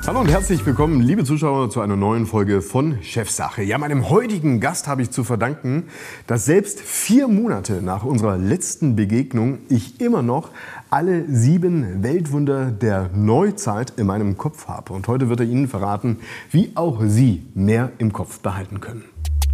Hallo und herzlich willkommen, liebe Zuschauer, zu einer neuen Folge von Chefsache. Ja, meinem heutigen Gast habe ich zu verdanken, dass selbst 4 Monate nach unserer letzten Begegnung ich immer noch alle 7 Weltwunder der Neuzeit in meinem Kopf habe. Und heute wird er Ihnen verraten, wie auch Sie mehr im Kopf behalten können.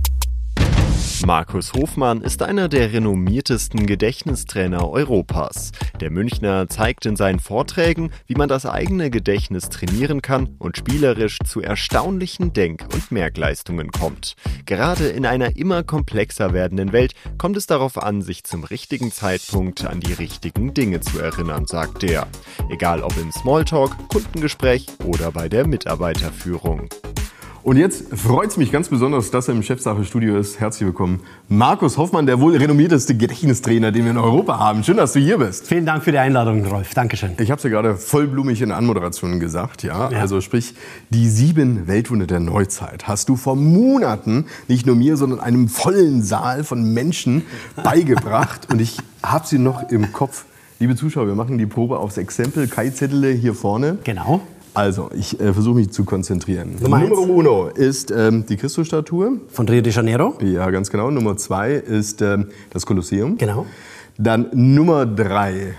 Markus Hofmann ist einer der renommiertesten Gedächtnistrainer Europas. Der Münchner zeigt in seinen Vorträgen, wie man das eigene Gedächtnis trainieren kann und spielerisch zu erstaunlichen Denk- und Merkleistungen kommt. Gerade in einer immer komplexer werdenden Welt kommt es darauf an, sich zum richtigen Zeitpunkt an die richtigen Dinge zu erinnern, sagt er. Egal ob im Smalltalk, Kundengespräch oder bei der Mitarbeiterführung. Und jetzt freut es mich ganz besonders, dass er im Chefsache-Studio ist. Herzlich willkommen, Markus Hofmann, der wohl renommierteste Gedächtnistrainer, den wir in Europa haben. Schön, dass du hier bist. Vielen Dank für die Einladung, Rolf. Dankeschön. Ich habe es ja gerade vollblumig in der Anmoderation gesagt. Ja? Also sprich, die 7 Weltwunder der Neuzeit hast du vor Monaten nicht nur mir, sondern einem vollen Saal von Menschen beigebracht. Und ich habe sie noch im Kopf. Liebe Zuschauer, wir machen die Probe aufs Exempel. Kai-Zettel hier vorne. Genau. Also, ich versuche mich zu konzentrieren. Nummer 1 ist die Christusstatue. Von Rio de Janeiro. Ja, ganz genau. Nummer 2 ist das Kolosseum. Genau. Dann Nummer 3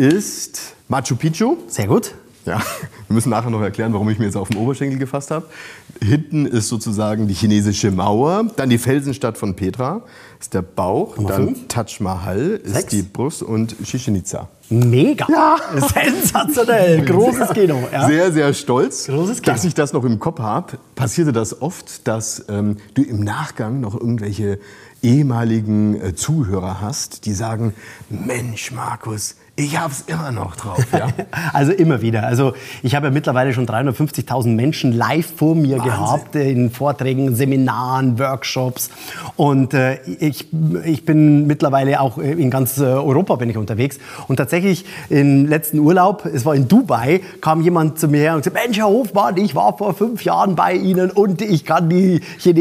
ist Machu Picchu. Sehr gut. Ja, wir müssen nachher noch erklären, warum ich mir jetzt auf den Oberschenkel gefasst habe. Hinten ist sozusagen die chinesische Mauer. Dann die Felsenstadt von Petra, ist der Bauch. Nummer Dann 5. Taj Mahal ist 6. die Brust und Chichén Itzá. Mega. Ja. Sensationell. Großes Kino. Ja. Sehr, sehr stolz, Großes Kino. dass ich das noch im Kopf habe. Passierte das oft, dass du im Nachgang noch irgendwelche ehemaligen Zuhörer hast, die sagen, Mensch, Markus, ich hab's immer noch drauf. Ja? Also immer wieder. Also ich habe ja mittlerweile schon 350.000 Menschen live vor mir gehabt, in Vorträgen, Seminaren, Workshops. Und ich bin mittlerweile auch in ganz Europa bin ich unterwegs. Und tatsächlich im letzten Urlaub, es war in Dubai, kam jemand zu mir her und sagte, Mensch, Herr Hofmann, ich war vor 5 Jahren bei Ihnen und ich kann die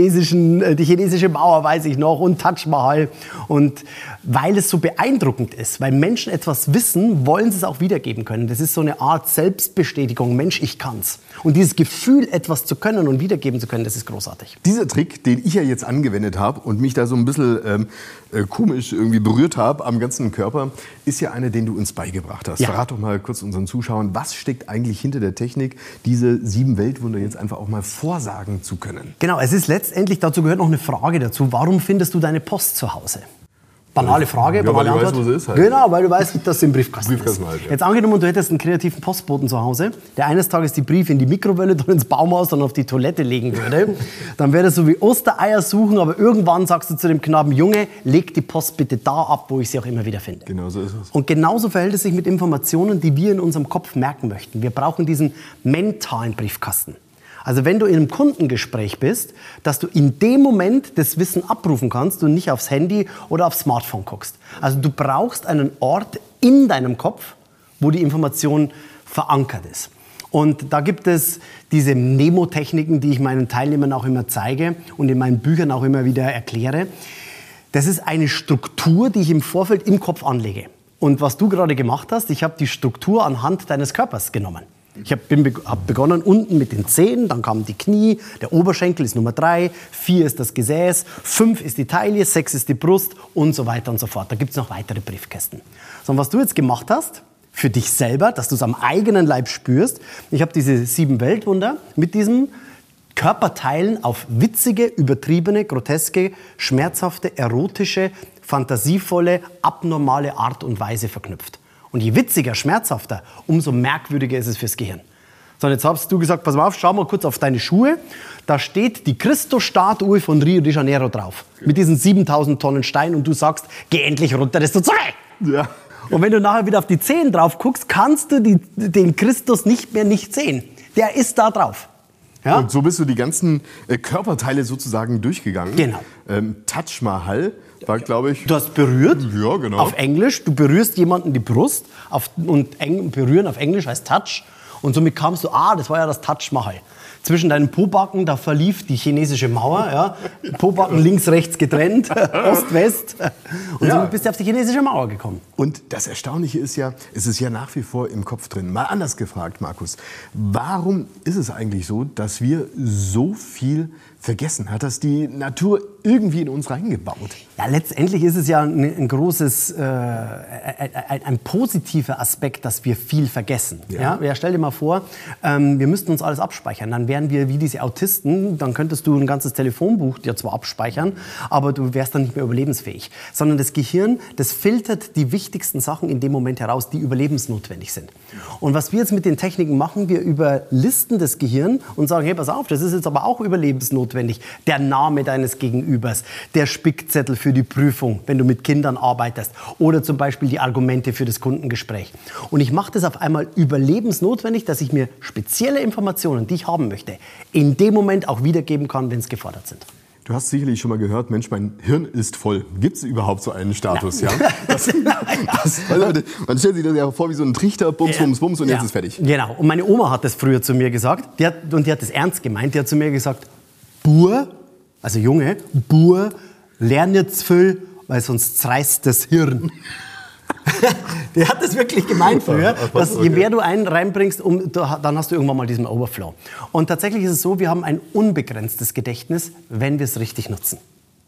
chinesische Mauer, weiß ich noch, und Taj Mahal. Und weil es so beeindruckend ist, weil Menschen etwas wissen, wollen sie es auch wiedergeben können. Das ist so eine Art Selbstbestätigung. Mensch, ich kann's. Und dieses Gefühl, etwas zu können und wiedergeben zu können, das ist großartig. Dieser Trick, den ich ja jetzt angewendet habe und mich da so ein bisschen komisch irgendwie berührt habe am ganzen Körper, ist ja einer, den du uns beigebracht hast. Ja. Verrat doch mal kurz unseren Zuschauern, was steckt eigentlich hinter der Technik, diese 7 Weltwunder jetzt einfach auch mal vorsagen zu können? Genau, es ist letztendlich, dazu gehört noch eine Frage dazu. Warum findest du deine Post zu Hause? Banale Frage, banale weil ich Antwort. weiß, wo sie ist halt. Genau, weil du weißt, dass sie im Briefkasten Briefkasten ist. halt, ja. Jetzt angenommen, du hättest einen kreativen Postboten zu Hause, der eines Tages die Briefe in die Mikrowelle, dann ins Baumhaus, dann auf die Toilette legen würde. Dann wäre das so wie Ostereier suchen, aber irgendwann sagst du zu dem Knaben, Junge, leg die Post bitte da ab, wo ich sie auch immer wieder finde. Genau so ist es. Und genauso verhält es sich mit Informationen, die wir in unserem Kopf merken möchten. Wir brauchen diesen mentalen Briefkasten. Also wenn du in einem Kundengespräch bist, dass du in dem Moment das Wissen abrufen kannst und nicht aufs Handy oder aufs Smartphone guckst. Also du brauchst einen Ort in deinem Kopf, wo die Information verankert ist. Und da gibt es diese Mnemotechniken, die ich meinen Teilnehmern auch immer zeige und in meinen Büchern auch immer wieder erkläre. Das ist eine Struktur, die ich im Vorfeld im Kopf anlege. Und was du gerade gemacht hast, ich habe die Struktur anhand deines Körpers genommen. Ich habe begonnen unten mit den Zehen, dann kamen die Knie, der Oberschenkel ist Nummer 3, 4 ist das Gesäß, 5 ist die Taille, 6 ist die Brust und so weiter und so fort. Da gibt es noch weitere Briefkästen. So, und was du jetzt gemacht hast, für dich selber, dass du es am eigenen Leib spürst, ich habe diese 7 Weltwunder mit diesen Körperteilen auf witzige, übertriebene, groteske, schmerzhafte, erotische, fantasievolle, abnormale Art und Weise verknüpft. Und je witziger, schmerzhafter, umso merkwürdiger ist es fürs Gehirn. So, und jetzt hast du gesagt, pass mal auf, schau mal kurz auf deine Schuhe. Da steht die Christusstatue von Rio de Janeiro drauf. Mit diesen 7000 Tonnen Stein. Und du sagst, geh endlich runter, das tut weh. Ja. Und wenn du nachher wieder auf die Zehen drauf guckst, kannst du den Christus nicht mehr nicht sehen. Der ist da drauf. Ja? Und so bist du die ganzen Körperteile sozusagen durchgegangen. Genau. Taj Mahal war, glaube ich... Du hast berührt, Ja, genau. auf Englisch. Du berührst jemanden die Brust. Berühren auf Englisch heißt Touch. Und somit kamst du, das war ja das Taj Mahal. Zwischen deinen Pobacken, da verlief die chinesische Mauer, ja. Pobacken links, rechts getrennt, Ost, West. Und somit bist du auf die chinesische Mauer gekommen. Und das Erstaunliche ist ja, es ist ja nach wie vor im Kopf drin. Mal anders gefragt, Markus, warum ist es eigentlich so, dass wir so viel vergessen? Hat das die Natur irgendwie in uns reingebaut? Ja, letztendlich ist es ja ein großes, ein positiver Aspekt, dass wir viel vergessen. Ja? Ja, stell dir mal vor, wir müssten uns alles abspeichern. Dann wären wir wie diese Autisten, dann könntest du ein ganzes Telefonbuch dir zwar abspeichern, aber du wärst dann nicht mehr überlebensfähig. Sondern das Gehirn, das filtert die wichtigsten Sachen in dem Moment heraus, die überlebensnotwendig sind. Und was wir jetzt mit den Techniken machen, wir überlisten das Gehirn und sagen, hey, pass auf, das ist jetzt aber auch überlebensnotwendig. Der Name deines Gegenübers, der Spickzettel für die Prüfung, wenn du mit Kindern arbeitest, oder zum Beispiel die Argumente für das Kundengespräch. Und ich mache das auf einmal überlebensnotwendig, dass ich mir spezielle Informationen, die ich haben möchte, in dem Moment auch wiedergeben kann, wenn es gefordert sind. Du hast sicherlich schon mal gehört, Mensch, mein Hirn ist voll. Gibt es überhaupt so einen Status? Ja. Man stellt sich das ja vor wie so ein Trichter, bums, bums, bums und jetzt ist fertig. Genau. Und meine Oma hat das früher zu mir gesagt. Die hat das ernst gemeint. Die hat zu mir gesagt, Bur, also Junge, Bur, lern jetzt viel, weil sonst zerreißt das Hirn. Der hat das wirklich gemeint früher, dass je mehr du einen reinbringst, dann hast du irgendwann mal diesen Overflow. Und tatsächlich ist es so, wir haben ein unbegrenztes Gedächtnis, wenn wir es richtig nutzen.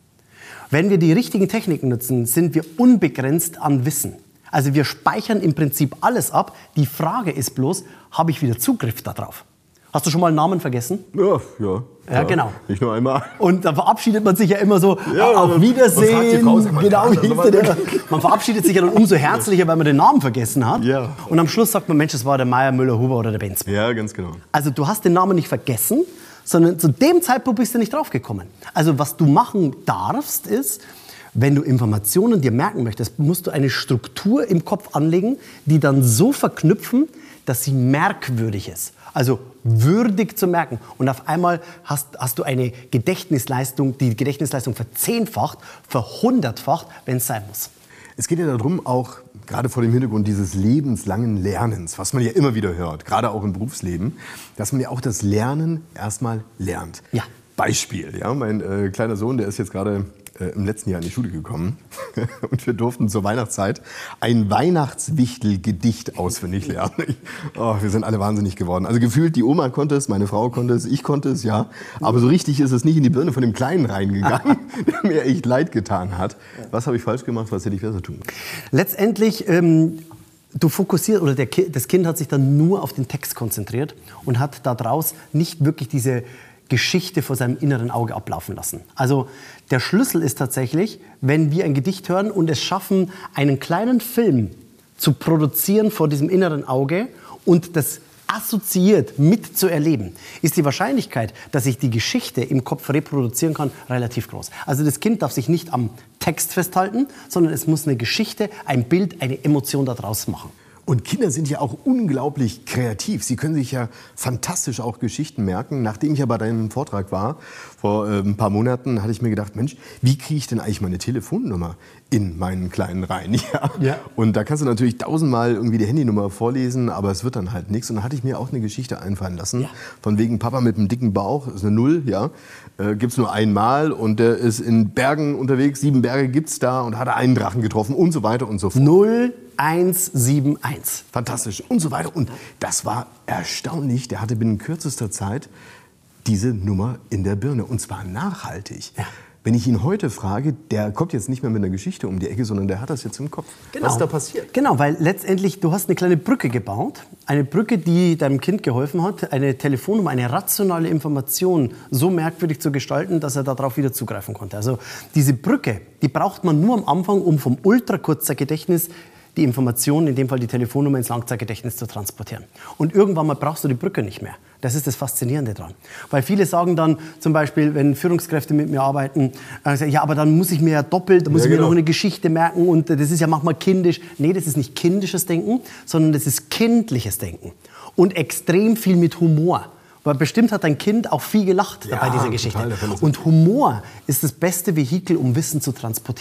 Wenn wir die richtigen Techniken nutzen, sind wir unbegrenzt an Wissen. Also wir speichern im Prinzip alles ab. Die Frage ist bloß, habe ich wieder Zugriff darauf? Hast du schon mal einen Namen vergessen? Ja, genau. Nicht nur einmal. Und da verabschiedet man sich ja immer so, auf Wiedersehen. Genau, wie hieß der? Man verabschiedet sich ja dann umso herzlicher, weil man den Namen vergessen hat. Ja. Und am Schluss sagt man, Mensch, das war der Meier, Müller, Huber oder der Benz. Ja, ganz genau. Also du hast den Namen nicht vergessen, sondern zu dem Zeitpunkt bist du nicht draufgekommen. Also was du machen darfst ist, wenn du Informationen dir merken möchtest, musst du eine Struktur im Kopf anlegen, die dann so verknüpfen, dass sie merkwürdig ist. Also würdig zu merken. Und auf einmal hast du eine Gedächtnisleistung, die Gedächtnisleistung verzehnfacht, verhundertfacht, wenn es sein muss. Es geht ja darum, auch gerade vor dem Hintergrund dieses lebenslangen Lernens, was man ja immer wieder hört, gerade auch im Berufsleben, dass man ja auch das Lernen erstmal lernt. Ja. Beispiel, ja, mein kleiner Sohn, der ist jetzt gerade im letzten Jahr in die Schule gekommen und wir durften zur Weihnachtszeit ein Weihnachtswichtel-Gedicht auswendig lernen. Wir sind alle wahnsinnig geworden. Also gefühlt, die Oma konnte es, meine Frau konnte es, ich konnte es, ja. Aber so richtig ist es nicht in die Birne von dem Kleinen reingegangen, der mir echt leid getan hat. Was habe ich falsch gemacht, was hätte ich besser tun? Letztendlich, du fokussierst, oder das Kind hat sich dann nur auf den Text konzentriert und hat daraus nicht wirklich diese Geschichte vor seinem inneren Auge ablaufen lassen. Also der Schlüssel ist tatsächlich, wenn wir ein Gedicht hören und es schaffen, einen kleinen Film zu produzieren vor diesem inneren Auge und das assoziiert mitzuerleben, ist die Wahrscheinlichkeit, dass ich die Geschichte im Kopf reproduzieren kann, relativ groß. Also das Kind darf sich nicht am Text festhalten, sondern es muss eine Geschichte, ein Bild, eine Emotion daraus machen. Und Kinder sind ja auch unglaublich kreativ. Sie können sich ja fantastisch auch Geschichten merken. Nachdem ich ja bei deinem Vortrag war, vor ein paar Monaten, hatte ich mir gedacht, Mensch, wie kriege ich denn eigentlich meine Telefonnummer in meinen Kleinen rein? Ja. Und da kannst du natürlich 1000-mal irgendwie die Handynummer vorlesen, aber es wird dann halt nichts. Und da hatte ich mir auch eine Geschichte einfallen lassen, von wegen Papa mit einem dicken Bauch, ist eine Null, ja, gibt's nur einmal und der ist in Bergen unterwegs, 7 Berge gibt's da und hat einen Drachen getroffen und so weiter und so fort. 0171. Fantastisch und so weiter. Und das war erstaunlich. Der hatte binnen kürzester Zeit diese Nummer in der Birne. Und zwar nachhaltig. Ja. Wenn ich ihn heute frage, der kommt jetzt nicht mehr mit einer Geschichte um die Ecke, sondern der hat das jetzt im Kopf. Genau. Was ist da passiert? Genau, weil letztendlich, du hast eine kleine Brücke gebaut. Eine Brücke, die deinem Kind geholfen hat, eine Telefonnummer, eine rationale Information so merkwürdig zu gestalten, dass er darauf wieder zugreifen konnte. Also diese Brücke, die braucht man nur am Anfang, um vom Ultrakurzzeitgedächtnis die Informationen, in dem Fall die Telefonnummer, ins Langzeitgedächtnis zu transportieren. Und irgendwann mal brauchst du die Brücke nicht mehr. Das ist das Faszinierende dran. Weil viele sagen dann zum Beispiel, wenn Führungskräfte mit mir arbeiten, ja, aber dann muss ich mir ja doppelt, da muss ich mir noch eine Geschichte merken und das ist ja manchmal kindisch. Nee, das ist nicht kindisches Denken, sondern das ist kindliches Denken. Und extrem viel mit Humor. Weil bestimmt hat dein Kind auch viel gelacht bei dieser Geschichte. Und Humor ist das beste Vehikel, um Wissen zu transportieren.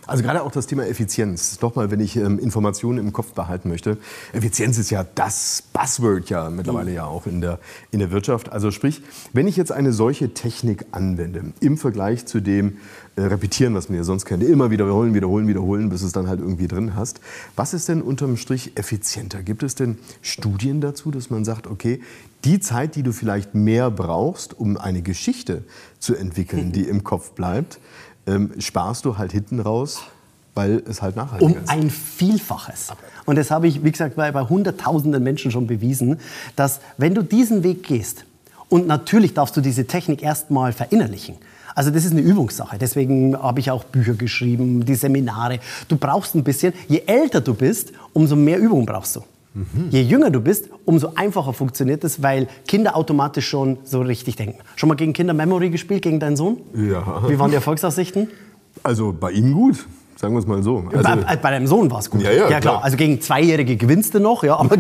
Also gerade auch das Thema Effizienz. Nochmal, wenn ich Informationen im Kopf behalten möchte. Effizienz ist ja das Buzzword ja mittlerweile ja auch in der Wirtschaft. Also sprich, wenn ich jetzt eine solche Technik anwende, im Vergleich zu dem Repetieren, was man ja sonst kennt, immer wiederholen, bis es dann halt irgendwie drin hast. Was ist denn unterm Strich effizienter? Gibt es denn Studien dazu, dass man sagt, okay, die Zeit, die du vielleicht mehr brauchst, um eine Geschichte zu entwickeln, die im Kopf bleibt, sparst du halt hinten raus, weil es halt nachhaltig ist. Ein Vielfaches. Und das habe ich, wie gesagt, bei hunderttausenden Menschen schon bewiesen, dass wenn du diesen Weg gehst, und natürlich darfst du diese Technik erstmal verinnerlichen. Also das ist eine Übungssache. Deswegen habe ich auch Bücher geschrieben, die Seminare. Du brauchst ein bisschen, je älter du bist, umso mehr Übung brauchst du. Je jünger du bist, umso einfacher funktioniert es, weil Kinder automatisch schon so richtig denken. Schon mal gegen Kinder Memory gespielt, gegen deinen Sohn? Ja. Wie waren die Erfolgsaussichten? Also bei ihm gut, sagen wir es mal so. Also bei deinem Sohn war es gut. Ja, klar. Also gegen Zweijährige gewinnst du noch, ja, aber,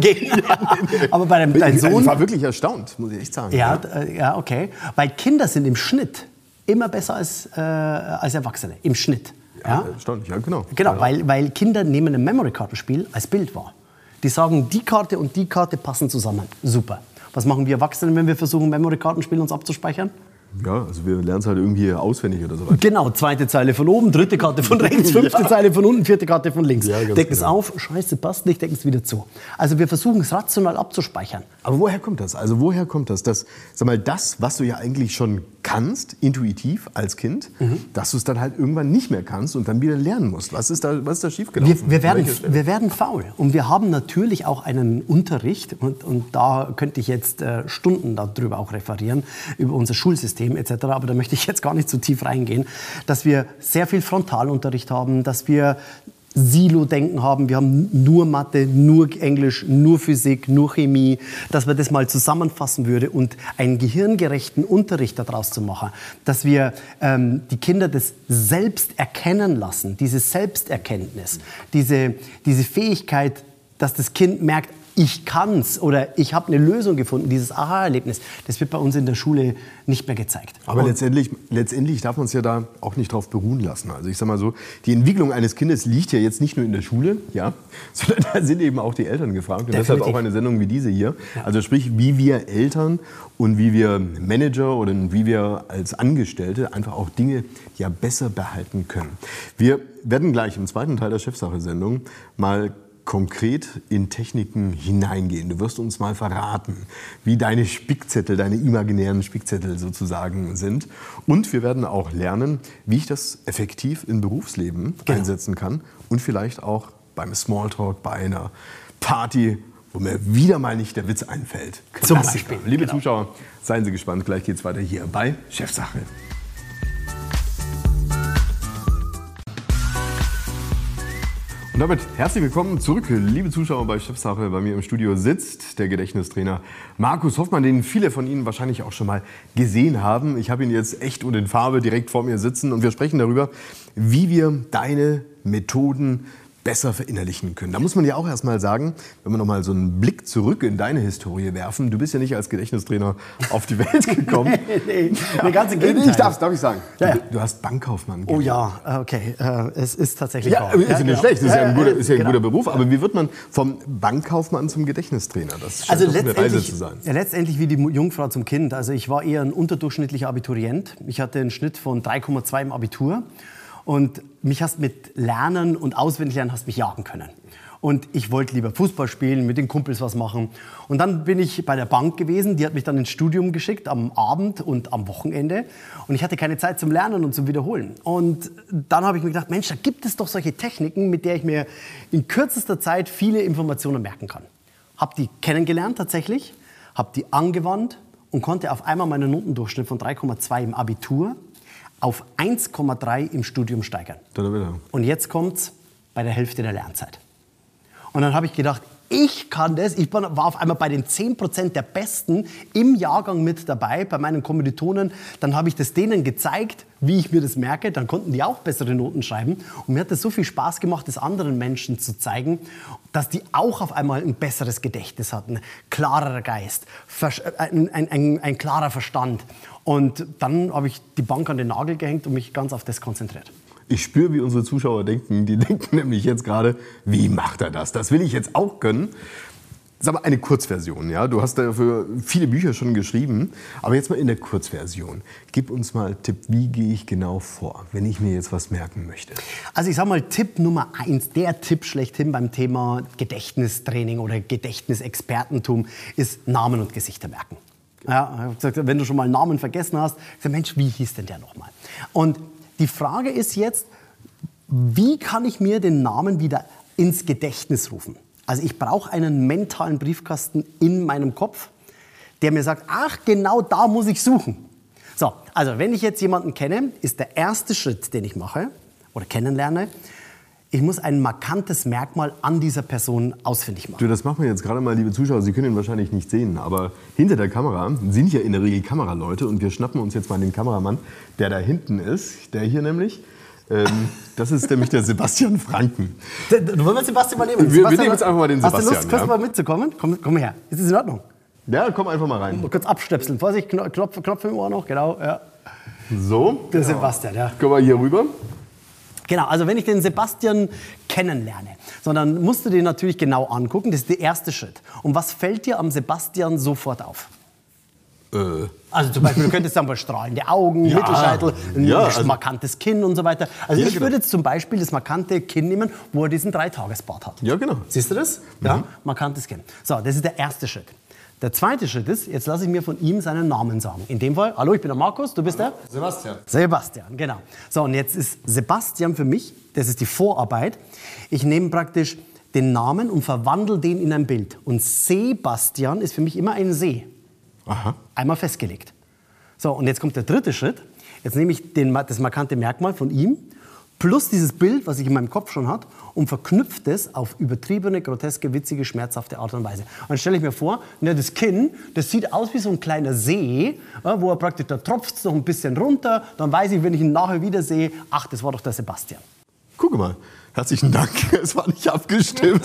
aber bei deinem Sohn... Ich war wirklich erstaunt, muss ich echt sagen. Ja, okay. Weil Kinder sind im Schnitt immer besser als Erwachsene. Im Schnitt. Ja, erstaunlich, ja, genau. Genau, weil Kinder nehmen ein Memory-Kartenspiel als Bild wahr. Die sagen, die Karte und die Karte passen zusammen. Super. Was machen wir Erwachsene, wenn wir versuchen, Memory-Kartenspiel uns abzuspeichern? Ja, also wir lernen es halt irgendwie auswendig oder so weiter. Genau, zweite Zeile von oben, dritte Karte von rechts, fünfte Zeile von unten, vierte Karte von links. Ja, decken es auf, scheiße, passt nicht, decken es wieder zu. Also wir versuchen es rational abzuspeichern. Aber woher kommt das? Also woher kommt das? Sag mal, das, was du ja eigentlich schon kannst, intuitiv als Kind, dass du es dann halt irgendwann nicht mehr kannst und dann wieder lernen musst. Was ist da schiefgelaufen? Wir werden faul. Und wir haben natürlich auch einen Unterricht, und da könnte ich jetzt Stunden darüber auch referieren, über unser Schulsystem etc., aber da möchte ich jetzt gar nicht zu tief reingehen, dass wir sehr viel Frontalunterricht haben, dass wir Silo-Denken haben, wir haben nur Mathe, nur Englisch, nur Physik, nur Chemie, dass man das mal zusammenfassen würde und einen gehirngerechten Unterricht daraus zu machen, dass wir die Kinder das selbst erkennen lassen, diese Selbsterkenntnis, diese Fähigkeit, dass das Kind merkt, ich kann's oder ich habe eine Lösung gefunden, dieses Aha-Erlebnis, das wird bei uns in der Schule nicht mehr gezeigt. Aber letztendlich darf man es ja da auch nicht drauf beruhen lassen. Also ich sag mal so, die Entwicklung eines Kindes liegt ja jetzt nicht nur in der Schule, ja, sondern da sind eben auch die Eltern gefragt. Und deshalb auch eine Sendung wie diese hier. Ja. Also sprich, wie wir Eltern und wie wir Manager oder wie wir als Angestellte einfach auch Dinge ja besser behalten können. Wir werden gleich im zweiten Teil der Chefsache-Sendung mal konkret in Techniken hineingehen. Du wirst uns mal verraten, wie deine Spickzettel, deine imaginären Spickzettel sozusagen sind. Und wir werden auch lernen, wie ich das effektiv im Berufsleben einsetzen kann und vielleicht auch beim Smalltalk, bei einer Party, wo mir wieder mal nicht der Witz einfällt. Zum Beispiel. Liebe Zuschauer, seien Sie gespannt. Gleich geht's weiter hier bei Chefsache. Und damit herzlich willkommen zurück, liebe Zuschauer bei Chefsache. Bei mir im Studio sitzt der Gedächtnistrainer Markus Hoffmann, den viele von Ihnen wahrscheinlich auch schon mal gesehen haben. Ich habe ihn jetzt echt und in Farbe direkt vor mir sitzen und wir sprechen darüber, wie wir deine Methoden besser verinnerlichen können. Da muss man ja auch erst mal sagen, wenn wir noch mal so einen Blick zurück in deine Historie werfen, du bist ja nicht als Gedächtnistrainer auf die Welt gekommen. Nee, ganz im Gegenteil. Darf ich sagen? Ja. Du hast Bankkaufmann gelernt. Oh ja, okay. Es ist tatsächlich wahr. Ist ja nicht schlecht, das ist ja ein guter Beruf. Aber wie wird man vom Bankkaufmann zum Gedächtnistrainer? Das scheint doch eine Reise zu sein. Ja, letztendlich wie die Jungfrau zum Kind. Also ich war eher ein unterdurchschnittlicher Abiturient. Ich hatte einen Schnitt von 3,2 im Abitur. Und mich hast mit Lernen und Auswendiglernen hast mich jagen können. Und ich wollte lieber Fußball spielen, mit den Kumpels was machen. Und dann bin ich bei der Bank gewesen, die hat mich dann ins Studium geschickt, am Abend und am Wochenende. Und ich hatte keine Zeit zum Lernen und zum Wiederholen. Und dann habe ich mir gedacht, Mensch, da gibt es doch solche Techniken, mit der ich mir in kürzester Zeit viele Informationen merken kann. Habe die kennengelernt tatsächlich, habe die angewandt und konnte auf einmal meinen Notendurchschnitt von 3,2 im Abitur auf 1,3 im Studium steigern. Und jetzt kommt's bei der Hälfte der Lernzeit. Und dann habe ich gedacht, ich kann das. Ich war auf einmal bei den 10% der Besten im Jahrgang mit dabei, bei meinen Kommilitonen. Dann habe ich das denen gezeigt, wie ich mir das merke. Dann konnten die auch bessere Noten schreiben. Und mir hat das so viel Spaß gemacht, das anderen Menschen zu zeigen, dass die auch auf einmal ein besseres Gedächtnis hatten, klarerer Geist, ein klarer Verstand. Und dann habe ich die Bank an den Nagel gehängt und mich ganz auf das konzentriert. Ich spüre, wie unsere Zuschauer denken. Die denken nämlich jetzt gerade, wie macht er das? Das will ich jetzt auch können. Das ist aber eine Kurzversion, ja. Du hast dafür viele Bücher schon geschrieben, aber jetzt mal in der Kurzversion. Gib uns mal einen Tipp, wie gehe ich genau vor, wenn ich mir jetzt was merken möchte? Also ich sag mal, Tipp Nummer 1, der Tipp schlechthin beim Thema Gedächtnistraining oder Gedächtnisexpertentum ist Namen und Gesichter merken. Ja, ich hab gesagt, wenn du schon mal einen Namen vergessen hast, ich sag, Mensch, wie hieß denn der nochmal? Und die Frage ist jetzt, wie kann ich mir den Namen wieder ins Gedächtnis rufen? Also ich brauche einen mentalen Briefkasten in meinem Kopf, der mir sagt, ach, genau da muss ich suchen. So, also wenn ich jetzt jemanden kenne, ist der erste Schritt, den ich mache oder kennenlerne, ich muss ein markantes Merkmal an dieser Person ausfindig machen. Du, das machen wir jetzt gerade mal, liebe Zuschauer. Sie können ihn wahrscheinlich nicht sehen, aber hinter der Kamera sind ja in der Regel Kameraleute und wir schnappen uns jetzt mal den Kameramann, der da hinten ist, der hier nämlich. Das ist nämlich der Sebastian Franken. Du wollen wir Sebastian mal nehmen? Wir nehmen jetzt einfach mal den Sebastian. Hast du Lust, kurz mal mitzukommen? Komm her. Ist das in Ordnung? Ja, komm einfach mal rein. Mal kurz abstöpseln. Vorsicht, Knopf im Ohr noch, genau. Ja. So. Der Sebastian, ja. Kommen wir hier rüber. Genau, also wenn ich den Sebastian kennenlerne, dann musst du den natürlich genau angucken. Das ist der erste Schritt. Und was fällt dir am Sebastian sofort auf? Also zum Beispiel, du könntest sagen, strahlende Augen, Ja. Mittelscheitel, ein Ja, also- markantes Kinn und so weiter. Also Ja, ich genau. würde jetzt zum Beispiel das markante Kinn nehmen, wo er diesen Dreitagesbart hat. Ja, genau. Siehst du das? Ja, markantes Kinn. So, das ist der erste Schritt. Der zweite Schritt ist, jetzt lasse ich mir von ihm seinen Namen sagen. In dem Fall, hallo, ich bin der Markus, du bist der? Sebastian. Sebastian, genau. So, und jetzt ist Sebastian für mich, das ist die Vorarbeit. Ich nehme praktisch den Namen und verwandle den in ein Bild. Und Sebastian ist für mich immer ein See. Aha. Einmal festgelegt. So, und jetzt kommt der dritte Schritt. Jetzt nehme ich das markante Merkmal von ihm plus dieses Bild, was ich in meinem Kopf schon hat, und verknüpft es auf übertriebene, groteske, witzige, schmerzhafte Art und Weise. Und dann stelle ich mir vor, das Kinn, das sieht aus wie so ein kleiner See, wo er praktisch, da tropft es noch ein bisschen runter, dann weiß ich, wenn ich ihn nachher wiedersehe, ach, das war doch der Sebastian. Guck mal. Herzlichen Dank. Es war nicht abgestimmt.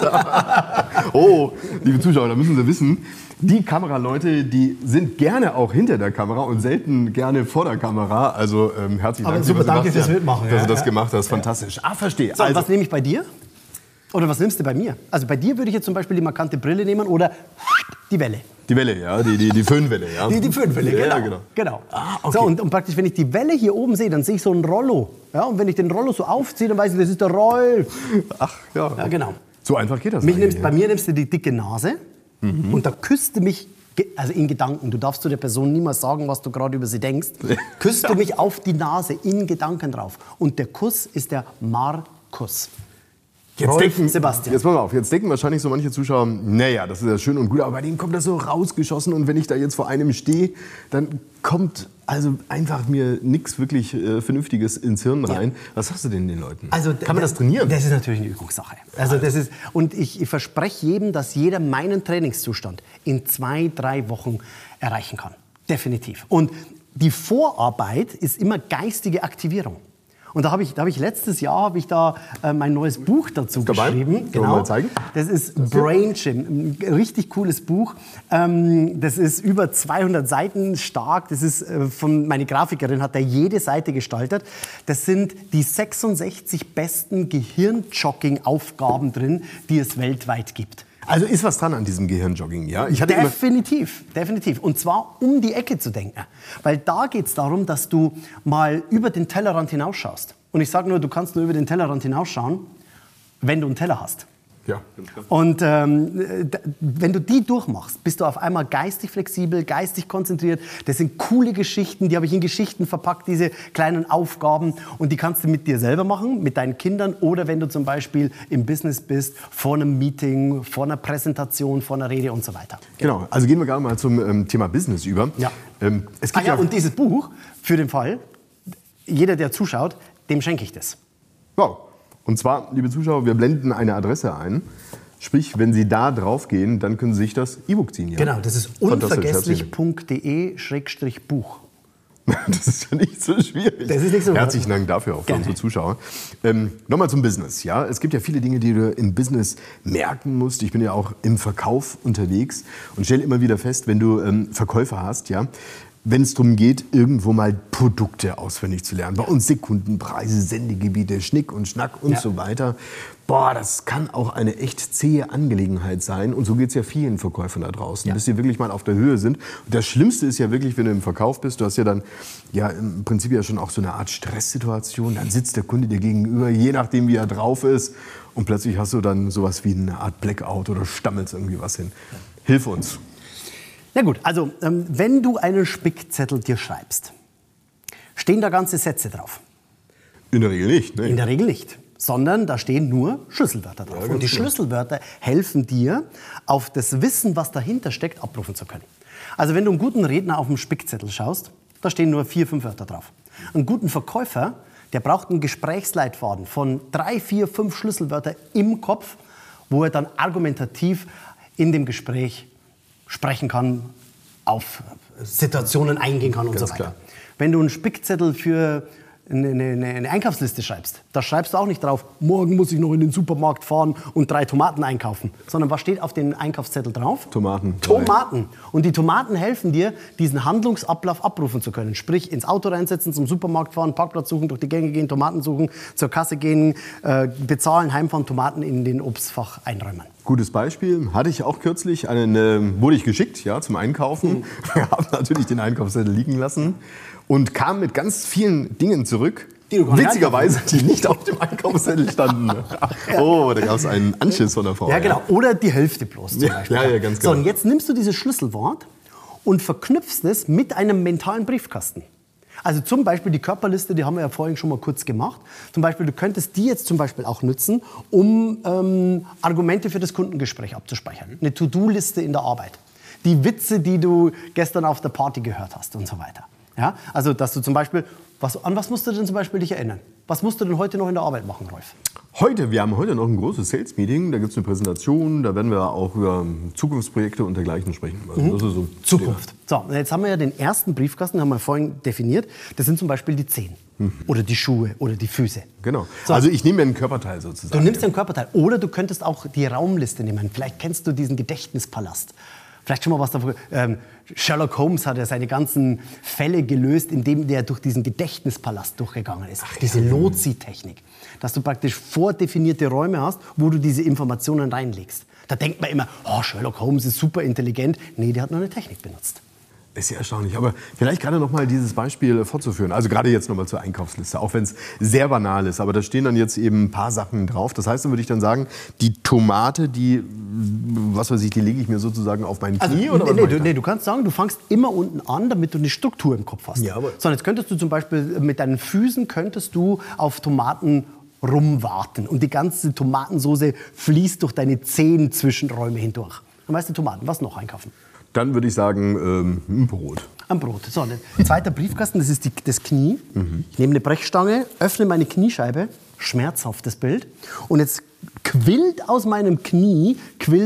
Oh, liebe Zuschauer, da müssen Sie wissen, die Kameraleute, die sind gerne auch hinter der Kamera und selten gerne vor der Kamera. Also herzlichen Aber Dank, super, lieber danke Sebastian, fürs Mitmachen, dass du ja, das ja. gemacht hast. Fantastisch. Ah, verstehe. So, Also, was nehme ich bei dir? Oder was nimmst du bei mir? Also bei dir würde ich jetzt zum Beispiel die markante Brille nehmen oder die Welle. die Welle, ja, die Föhnwelle, ja. Die Föhnwelle, Ja, genau. genau. Ah, okay. So, und praktisch, wenn ich die Welle hier oben sehe, dann sehe ich so ein Rollo. Ja, und wenn ich den Rollo so aufziehe, dann weiß ich, das ist der Rolf. Ach, ja. Ja, genau. So einfach geht das Bei mir nimmst du die dicke Nase und da küsst du mich, also in Gedanken, du darfst zu der Person niemals sagen, was du gerade über sie denkst, küsst du mich auf die Nase in Gedanken drauf. Und der Kuss ist der Markus. Sebastian. Jetzt pass mal auf, jetzt denken wahrscheinlich so manche Zuschauer, naja, das ist ja schön und gut, aber bei denen kommt das so rausgeschossen und wenn ich da jetzt vor einem stehe, dann kommt also einfach mir nichts wirklich Vernünftiges ins Hirn rein. Ja. Was sagst du denn den Leuten? Also, kann man das trainieren? Das ist natürlich eine Übungssache. Also das ist, und ich verspreche jedem, dass jeder meinen Trainingszustand in 2-3 Wochen erreichen kann. Definitiv. Und die Vorarbeit ist immer geistige Aktivierung. Und da habe ich letztes Jahr mein neues Buch dazu geschrieben. Genau. Mal zeigen? Das ist Brain Gym, ein richtig cooles Buch. Das ist über 200 Seiten stark. Das ist meine Grafikerin hat da jede Seite gestaltet. Das sind die 66 besten Gehirnjogging-Aufgaben drin, die es weltweit gibt. Also ist was dran an diesem Gehirnjogging, ja? Definitiv. Und zwar um die Ecke zu denken. Weil da geht es darum, dass du mal über den Tellerrand hinausschaust. Und ich sage nur, du kannst nur über den Tellerrand hinausschauen, wenn du einen Teller hast. Ja. Und wenn du die durchmachst, bist du auf einmal geistig flexibel, geistig konzentriert. Das sind coole Geschichten, die habe ich in Geschichten verpackt, diese kleinen Aufgaben. Und die kannst du mit dir selber machen, mit deinen Kindern oder wenn du zum Beispiel im Business bist, vor einem Meeting, vor einer Präsentation, vor einer Rede und so weiter. Genau, also gehen wir gerade mal zum Thema Business über. Ja. Es gibt Und dieses Buch, für den Fall, jeder, der zuschaut, dem schenke ich das. Wow. Und zwar, liebe Zuschauer, wir blenden eine Adresse ein. Sprich, wenn Sie da drauf gehen, dann können Sie sich das E-Book ziehen. Ja? Genau, das ist unvergesslich.de/Buch. Das ist ja nicht so schwierig. Das ist nicht so Herzlichen Dank dafür auch für unsere Zuschauer. Nochmal zum Business. Ja? Es gibt ja viele Dinge, die du im Business merken musst. Ich bin ja auch im Verkauf unterwegs und stelle immer wieder fest, wenn du Verkäufer hast, ja, wenn es darum geht, irgendwo mal Produkte auswendig zu lernen. Bei uns Sekundenpreise, Sendegebiete, Schnick und Schnack und so weiter. Boah, das kann auch eine echt zähe Angelegenheit sein. Und so geht es ja vielen Verkäufern da draußen, bis sie wirklich mal auf der Höhe sind. Und das Schlimmste ist ja wirklich, wenn du im Verkauf bist, du hast ja dann ja im Prinzip ja schon auch so eine Art Stresssituation. Dann sitzt der Kunde dir gegenüber, je nachdem wie er drauf ist. Und plötzlich hast du dann sowas wie eine Art Blackout oder stammelst irgendwie was hin. Hilf uns. Na gut, also wenn du einen Spickzettel dir schreibst, stehen da ganze Sätze drauf? In der Regel nicht. Ne? In der Regel nicht, sondern da stehen nur Schlüsselwörter drauf. Und die Schlüsselwörter helfen dir, auf das Wissen, was dahinter steckt, abrufen zu können. Also wenn du einen guten Redner auf dem Spickzettel schaust, da stehen nur 4, 5 Wörter drauf. Einen guten Verkäufer, der braucht einen Gesprächsleitfaden von 3, 4, 5 Schlüsselwörter im Kopf, wo er dann argumentativ in dem Gespräch sprechen kann, auf Situationen eingehen kann und Ganz so weiter. klar. Wenn du einen Spickzettel für eine Einkaufsliste schreibst, da schreibst du auch nicht drauf, morgen muss ich noch in den Supermarkt fahren und 3 Tomaten einkaufen. Sondern was steht auf dem Einkaufszettel drauf? Tomaten. Tomaten. Und die Tomaten helfen dir, diesen Handlungsablauf abrufen zu können. Sprich, ins Auto reinsetzen, zum Supermarkt fahren, Parkplatz suchen, durch die Gänge gehen, Tomaten suchen, zur Kasse gehen, bezahlen, heimfahren, Tomaten in den Obstfach einräumen. Gutes Beispiel, hatte ich auch kürzlich, wurde ich geschickt zum Einkaufen. Wir haben natürlich den Einkaufszettel liegen lassen und kam mit ganz vielen Dingen zurück, Die du gar nicht witzigerweise, die nicht auf dem Einkaufszettel standen. Oh, da gab es einen Anschiss von der Frau. Ja, genau. Oder die Hälfte bloß zum Beispiel. Ja, ganz genau. So, und jetzt nimmst du dieses Schlüsselwort und verknüpfst es mit einem mentalen Briefkasten. Also zum Beispiel die Körperliste, die haben wir ja vorhin schon mal kurz gemacht. Zum Beispiel, du könntest die jetzt zum Beispiel auch nutzen, um Argumente für das Kundengespräch abzuspeichern. Eine To-Do-Liste in der Arbeit. Die Witze, die du gestern auf der Party gehört hast und so weiter. Ja? Also, dass du zum Beispiel, an was musst du denn zum Beispiel dich erinnern? Was musst du denn heute noch in der Arbeit machen, Rolf? Wir haben heute noch ein großes Sales-Meeting, da gibt es eine Präsentation, da werden wir auch über Zukunftsprojekte und dergleichen sprechen. Also das ist so Zukunft. So, jetzt haben wir ja den ersten Briefkasten, haben wir vorhin definiert. Das sind zum Beispiel die Zehen oder die Schuhe oder die Füße. Genau. So. Also ich nehme mir ein Körperteil sozusagen. Du nimmst den Körperteil oder du könntest auch die Raumliste nehmen. Vielleicht kennst du diesen Gedächtnispalast. Vielleicht schon mal was davon. Sherlock Holmes hat ja seine ganzen Fälle gelöst, indem der durch diesen Gedächtnispalast durchgegangen ist. Diese Lozi-Technik. Dass du praktisch vordefinierte Räume hast, wo du diese Informationen reinlegst. Da denkt man immer, oh, Sherlock Holmes ist super intelligent. Nee, der hat nur eine Technik benutzt. Ist ja erstaunlich, aber vielleicht gerade noch mal dieses Beispiel fortzuführen. Also gerade jetzt noch mal zur Einkaufsliste, auch wenn es sehr banal ist. Aber da stehen dann jetzt eben ein paar Sachen drauf. Das heißt, dann würde ich dann sagen, die Tomate, die lege ich mir sozusagen auf mein Knie? Also, oder nee, du kannst sagen, du fängst immer unten an, damit du eine Struktur im Kopf hast. Ja, aber so, jetzt könntest du zum Beispiel mit deinen Füßen auf Tomaten rumwarten und die ganze Tomatensoße fließt durch deine Zehen-Zwischenräume hindurch. Dann weißt du Tomaten. Was noch einkaufen? Dann würde ich sagen, ein Brot. Ein Brot. So, ein zweiter Briefkasten, das ist das Knie. Ich nehme eine Brechstange, öffne meine Kniescheibe, schmerzhaftes Bild. Und jetzt quillt aus meinem Knie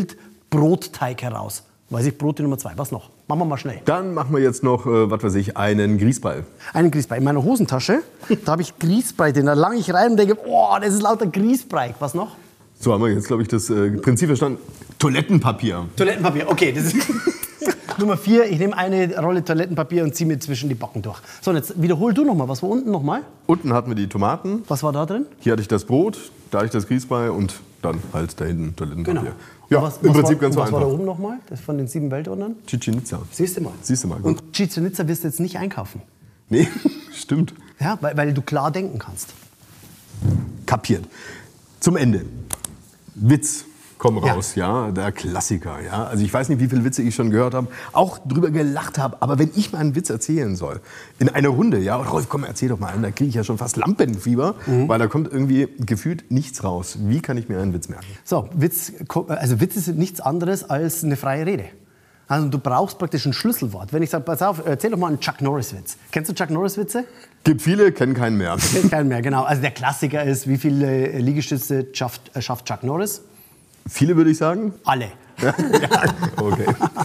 Brotteig heraus. Weiß ich, Brot die Nummer 2. Was noch? Machen wir mal schnell. Dann machen wir jetzt noch, einen Grießball. Einen Grießbrei. In meiner Hosentasche, da habe ich Grießbrei drin. Da lange ich rein und denke, oh, das ist lauter Grießbrei. Was noch? So haben wir jetzt, glaube ich, das Prinzip verstanden. Toilettenpapier. Toilettenpapier, okay. Das ist Nummer 4, ich nehme eine Rolle Toilettenpapier und ziehe mir zwischen die Backen durch. So, und jetzt wiederhol du nochmal. Was war unten nochmal? Unten hatten wir die Tomaten. Was war da drin? Hier hatte ich das Brot, da hatte ich das Grießbrei und dann halt da hinten Toilettenpapier. Genau. Ja, im Prinzip ganz so einfach. Was war einfach. da oben nochmal? Das von den 7 Weltwundern? Chichen Itza. Siehst du mal. Gut. Und Chichen Itza wirst du jetzt nicht einkaufen. Nee, stimmt. Ja, weil du klar denken kannst. Kapiert. Zum Ende. Witz. Komm raus, ja, der Klassiker. Ja. Also ich weiß nicht, wie viele Witze ich schon gehört habe, auch drüber gelacht habe. Aber wenn ich mal einen Witz erzählen soll, in einer Runde, ja, Rolf, komm, erzähl doch mal einen, da kriege ich ja schon fast Lampenfieber, weil da kommt irgendwie gefühlt nichts raus. Wie kann ich mir einen Witz merken? So, Witz ist nichts anderes als eine freie Rede. Also du brauchst praktisch ein Schlüsselwort. Wenn ich sage, pass auf, erzähl doch mal einen Chuck Norris-Witz. Kennst du Chuck Norris-Witze? Gibt viele, kennen keinen mehr. Kennt keinen mehr, genau. Also der Klassiker ist, wie viele Liegestütze schafft Chuck Norris? Viele würde ich sagen. Alle. Ja? Okay.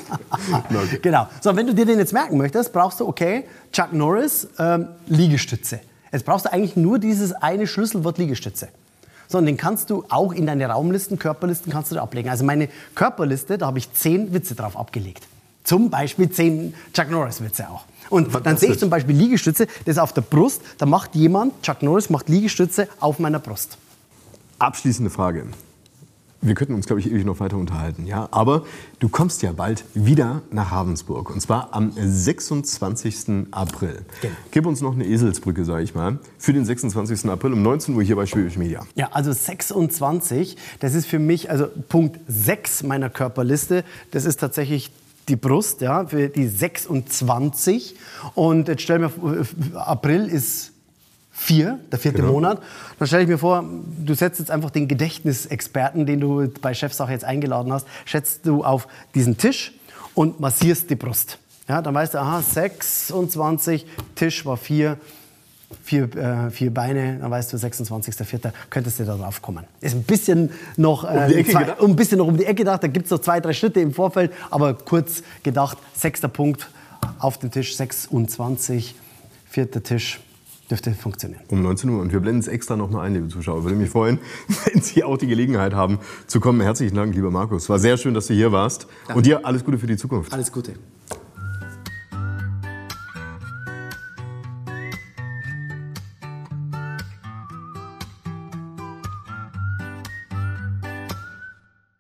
Okay. Genau. So, wenn du dir den jetzt merken möchtest, brauchst du, Chuck Norris, Liegestütze. Jetzt brauchst du eigentlich nur dieses eine Schlüsselwort Liegestütze. So, und den kannst du auch in deine Raumlisten, Körperlisten kannst du da ablegen. Also meine Körperliste, da habe ich 10 Witze drauf abgelegt. Zum Beispiel 10 Chuck Norris-Witze auch. Und dann sehe ich zum Beispiel Liegestütze, das ist auf der Brust, da macht jemand, Chuck Norris macht Liegestütze auf meiner Brust. Abschließende Frage. Wir könnten uns, glaube ich, ewig noch weiter unterhalten. Ja? Aber du kommst ja bald wieder nach Ravensburg. Und zwar am 26. April. Genau. Gib uns noch eine Eselsbrücke, sage ich mal, für den 26. April um 19 Uhr hier bei Schwäbisch Media. Ja, also 26, das ist für mich, also Punkt 6 meiner Körperliste, das ist tatsächlich die Brust, ja, für die 26. Und jetzt stell mir vor, April ist 4, der 4. Genau. Monat. Dann stelle ich mir vor, du setzt jetzt einfach den Gedächtnisexperten, den du bei Chefsache jetzt eingeladen hast, schätzt du auf diesen Tisch und massierst die Brust. Ja, dann weißt du, aha, 26, Tisch war 4 Beine, dann weißt du, 26.04. könntest du da drauf kommen. Ist ein bisschen noch um die Ecke gedacht, da gibt es noch 2, 3 Schritte im Vorfeld, aber kurz gedacht, 6. Punkt auf dem Tisch, 26, 4. Tisch. Dürfte funktionieren. Um 19 Uhr. Und wir blenden es extra noch mal ein, liebe Zuschauer. Würde mich freuen, wenn Sie auch die Gelegenheit haben, zu kommen. Herzlichen Dank, lieber Markus. War sehr schön, dass du hier warst. Danke. Und dir alles Gute für die Zukunft. Alles Gute.